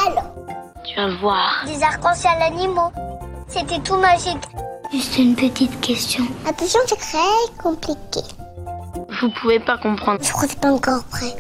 Alors, tu vas voir. des arcs-en-ciel animaux. C'était tout magique. Juste une petite question. Attention, c'est très compliqué. Vous pouvez pas comprendre. Je crois que c'est pas encore prêt.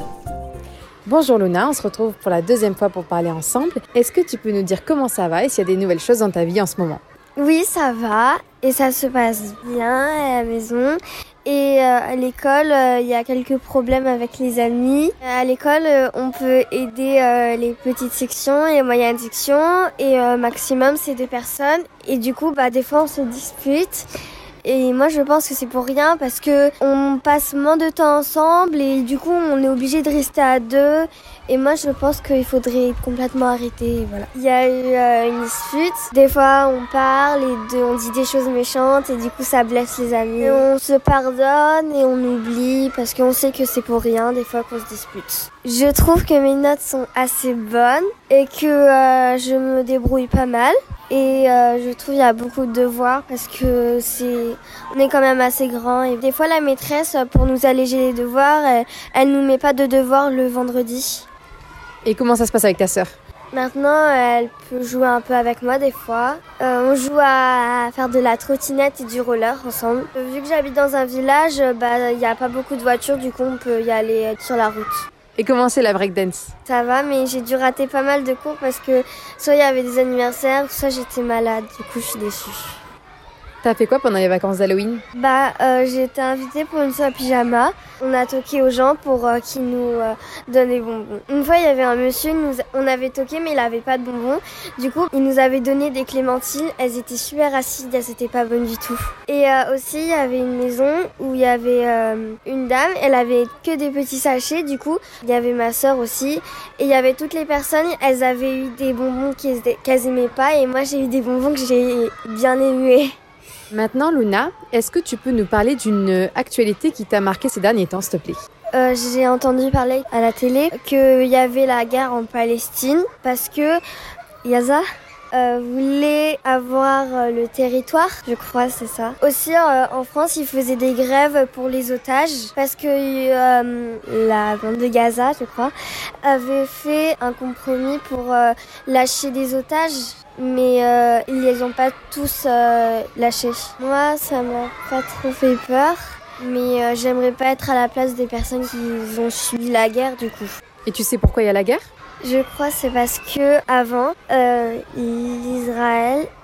Bonjour Luna, on se retrouve pour la deuxième fois pour parler ensemble. Est-ce que tu peux nous dire comment ça va et s'il y a des nouvelles choses dans ta vie en ce moment? Oui, ça va et ça se passe bien à la maison. Et à l'école, il y a quelques problèmes avec les amis. À l'école, on peut aider les petites sections et les moyennes sections. Et maximum, c'est 2 personnes. Et du coup, des fois, on se dispute. Et moi, je pense que c'est pour rien parce que on passe moins de temps ensemble et du coup, on est obligé de rester à 2. Et moi, je pense qu'il faudrait complètement arrêter. Voilà. Il y a eu une dispute. Des fois, on parle et on dit des choses méchantes et du coup, ça blesse les amis. Et on se pardonne et on oublie parce qu'on sait que c'est pour rien des fois qu'on se dispute. Je trouve que mes notes sont assez bonnes et que je me débrouille pas mal. Et je trouve qu'il y a beaucoup de devoirs parce que on est quand même assez grand. Et des fois, la maîtresse, pour nous alléger les devoirs, elle nous met pas de devoirs le vendredi. Et comment ça se passe avec ta sœur? Maintenant, elle peut jouer un peu avec moi des fois. On joue à faire de la trottinette et du roller ensemble. Vu que j'habite dans un village, il n'y a pas beaucoup de voitures, du coup on peut y aller sur la route. Et comment c'est la breakdance? Ça va, mais j'ai dû rater pas mal de cours parce que soit il y avait des anniversaires, soit j'étais malade. Du coup, je suis déçue. T'as fait quoi pendant les vacances d'Halloween? J'ai été invitée pour une soirée pyjama. On a toqué aux gens pour qu'ils nous donnent des bonbons. Une fois, il y avait un monsieur, on avait toqué, mais il avait pas de bonbons. Du coup, il nous avait donné des clémentines. Elles étaient super acides, elles étaient pas bonnes du tout. Et aussi, il y avait une maison où il y avait une dame. Elle avait que des petits sachets. Du coup, il y avait ma sœur aussi. Et il y avait toutes les personnes. Elles avaient eu des bonbons qu'elles aimaient pas. Et moi, j'ai eu des bonbons que j'ai bien aimés. Maintenant, Luna, est-ce que tu peux nous parler d'une actualité qui t'a marqué ces derniers temps, s'il te plaît? J'ai entendu parler à la télé qu'il y avait la guerre en Palestine parce que Gaza voulait avoir le territoire, je crois, c'est ça. Aussi, en France, ils faisaient des grèves pour les otages parce que la bande de Gaza, je crois, avait fait un compromis pour lâcher des otages. Mais ils les ont pas tous lâchés. Moi, ça m'a pas trop fait peur, mais j'aimerais pas être à la place des personnes qui ont subi la guerre du coup. Et tu sais pourquoi il y a la guerre? Je crois que c'est parce que avant l'Israël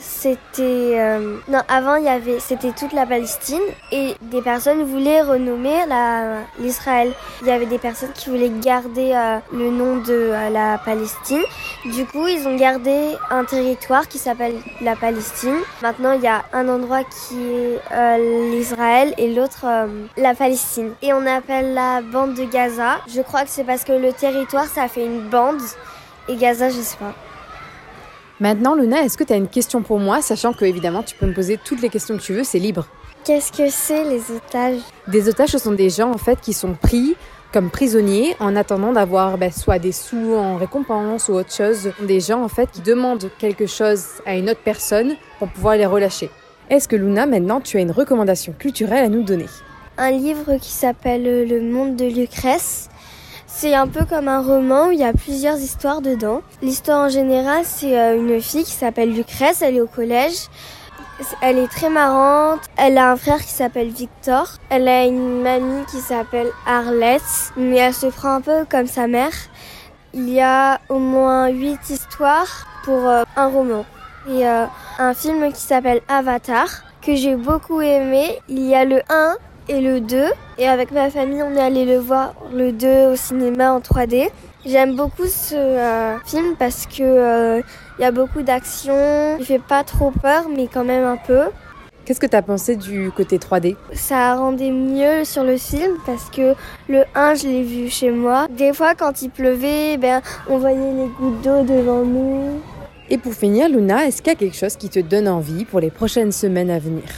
c'était toute la Palestine et des personnes voulaient renommer l'Israël. Il y avait des personnes qui voulaient garder le nom de la Palestine. Du coup, ils ont gardé un territoire qui s'appelle la Palestine. Maintenant, il y a un endroit qui est l'Israël et l'autre la Palestine. Et on appelle la bande de Gaza. Je crois que c'est parce que le territoire, ça fait une bande. Et Gaza, je sais pas. Maintenant, Luna, est-ce que tu as une question pour moi, sachant que, évidemment, tu peux me poser toutes les questions que tu veux, c'est libre. Qu'est-ce que c'est, les otages? Des otages, ce sont des gens, en fait, qui sont pris comme prisonniers en attendant d'avoir soit des sous en récompense ou autre chose. Des gens, en fait, qui demandent quelque chose à une autre personne pour pouvoir les relâcher. Est-ce que, Luna, maintenant, tu as une recommandation culturelle à nous donner? Un livre qui s'appelle Le monde de Lucrèce. C'est un peu comme un roman où il y a plusieurs histoires dedans. L'histoire en général, c'est une fille qui s'appelle Lucrèce, elle est au collège. Elle est très marrante. Elle a un frère qui s'appelle Victor. Elle a une mamie qui s'appelle Arlette, mais elle se prend un peu comme sa mère. Il y a au moins 8 histoires pour un roman. Et un film qui s'appelle Avatar, que j'ai beaucoup aimé. Il y a le 1 et le 2. Et avec ma famille, on est allé le voir, le 2 au cinéma en 3D. J'aime beaucoup ce film parce que y a beaucoup d'action. Il fait pas trop peur, mais quand même un peu. Qu'est-ce que tu as pensé du côté 3D? Ça rendait mieux sur le film parce que le 1, je l'ai vu chez moi. Des fois, quand il pleuvait, on voyait les gouttes d'eau devant nous. Et pour finir, Luna, est-ce qu'il y a quelque chose qui te donne envie pour les prochaines semaines à venir?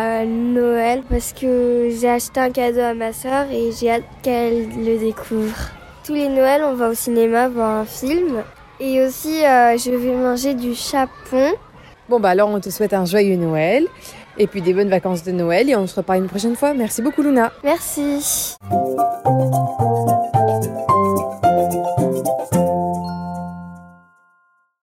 Noël, parce que j'ai acheté un cadeau à ma sœur et j'ai hâte qu'elle le découvre. Tous les Noëls, on va au cinéma voir un film. Et aussi, je vais manger du chapon. Bon, alors on te souhaite un joyeux Noël et puis des bonnes vacances de Noël et on se reparle une prochaine fois. Merci beaucoup, Luna. Merci.